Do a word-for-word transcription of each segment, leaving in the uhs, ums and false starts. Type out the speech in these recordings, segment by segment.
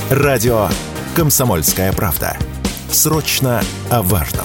Радио «Комсомольская правда». Срочно о важном.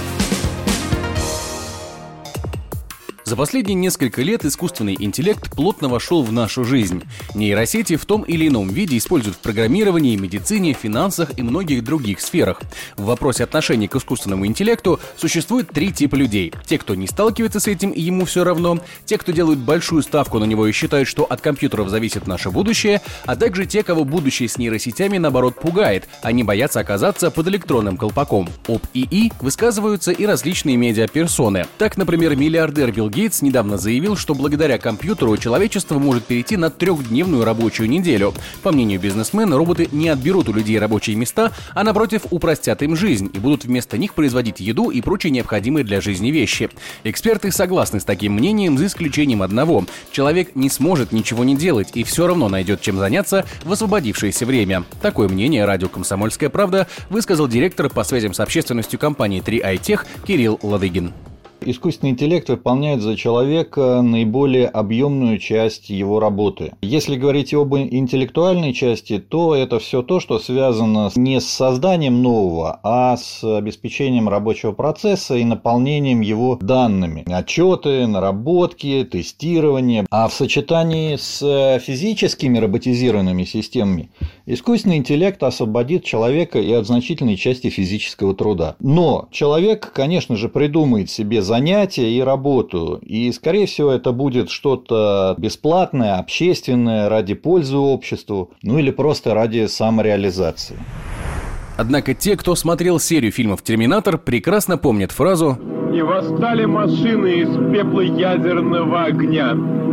За последние несколько лет искусственный интеллект плотно вошел в нашу жизнь. Нейросети в том или ином виде используют в программировании, медицине, финансах и многих других сферах. В вопросе отношения к искусственному интеллекту существует три типа людей. Те, кто не сталкивается с этим и ему все равно, те, кто делают большую ставку на него и считают, что от компьютеров зависит наше будущее, а также те, кого будущее с нейросетями наоборот пугает, они боятся оказаться под электронным колпаком. Об ИИ высказываются и различные медиаперсоны. Так, например, миллиардер Билл Гейтс недавно заявил, что благодаря компьютеру человечество может перейти на трехдневную рабочую неделю. По мнению бизнесмена, роботы не отберут у людей рабочие места, а напротив упростят им жизнь и будут вместо них производить еду и прочие необходимые для жизни вещи. Эксперты согласны с таким мнением, за исключением одного. Человек не сможет ничего не делать и все равно найдет чем заняться в освободившееся время. Такое мнение радио «Комсомольская правда» высказал директор по связям с общественностью компании три ай Тех Кирилл Ладыгин. Искусственный интеллект выполняет за человека наиболее объемную часть его работы. Если говорить об интеллектуальной части, то это все то, что связано не с созданием нового, а с обеспечением рабочего процесса и наполнением его данными. Отчеты, наработки, тестирование. А в сочетании с физическими роботизированными системами искусственный интеллект освободит человека и от значительной части физического труда. Но человек, конечно же, придумает себе занятия и работу, и, скорее всего, это будет что-то бесплатное, общественное, ради пользы обществу, ну или просто ради самореализации. Однако те, кто смотрел серию фильмов «Терминатор», прекрасно помнят фразу «И восстали машины из пепла ядерного огня.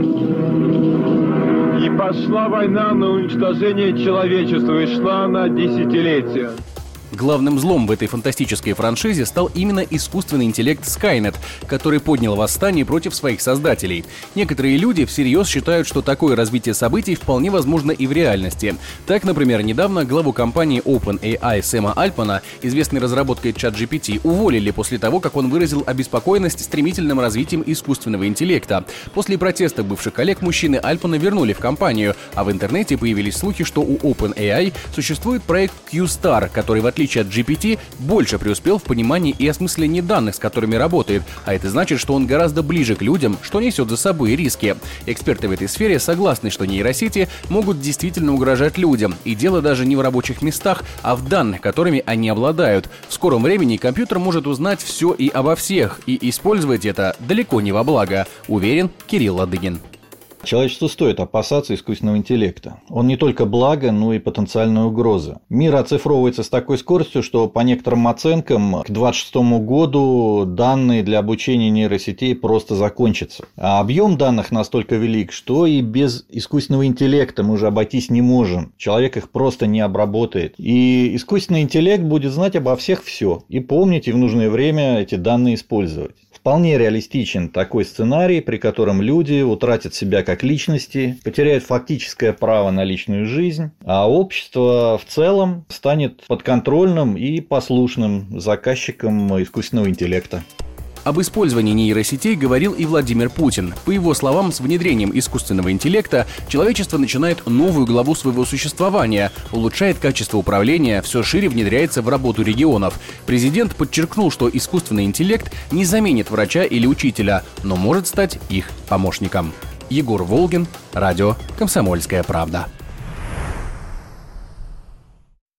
И пошла война на уничтожение человечества, и шла она десятилетия». Главным злом в этой фантастической франшизе стал именно искусственный интеллект Skynet, который поднял восстание против своих создателей. Некоторые люди всерьез считают, что такое развитие событий вполне возможно и в реальности. Так, например, недавно главу компании OpenAI Сэма Альтмана, известной разработкой чат джи пи ти, уволили после того, как он выразил обеспокоенность стремительным развитием искусственного интеллекта. После протеста бывших коллег мужчины Альтмана вернули в компанию, а в интернете появились слухи, что у OpenAI существует проект Q-Star, который в отличие В отличие от джи пи ти, больше преуспел в понимании и осмыслении данных, с которыми работает, а это значит, что он гораздо ближе к людям, что несет за собой риски. Эксперты в этой сфере согласны, что нейросети могут действительно угрожать людям, и дело даже не в рабочих местах, а в данных, которыми они обладают. В скором времени компьютер может узнать все и обо всех, и использовать это далеко не во благо, уверен Кирилл Ладыгин. Человечеству стоит опасаться искусственного интеллекта. Он не только благо, но и потенциальная угроза. Мир оцифровывается с такой скоростью, что по некоторым оценкам к двадцать шестому году данные для обучения нейросетей просто закончатся. А объем данных настолько велик, что и без искусственного интеллекта мы уже обойтись не можем. Человек их просто не обработает. И искусственный интеллект будет знать обо всех все и помнить и в нужное время эти данные использовать. Вполне реалистичен такой сценарий, при котором люди утратят себя как личности, потеряют фактическое право на личную жизнь, а общество в целом станет подконтрольным и послушным заказчиком искусственного интеллекта. Об использовании нейросетей говорил и Владимир Путин. По его словам, с внедрением искусственного интеллекта человечество начинает новую главу своего существования, улучшает качество управления, все шире внедряется в работу регионов. Президент подчеркнул, что искусственный интеллект не заменит врача или учителя, но может стать их помощником. Егор Волгин, радио «Комсомольская правда».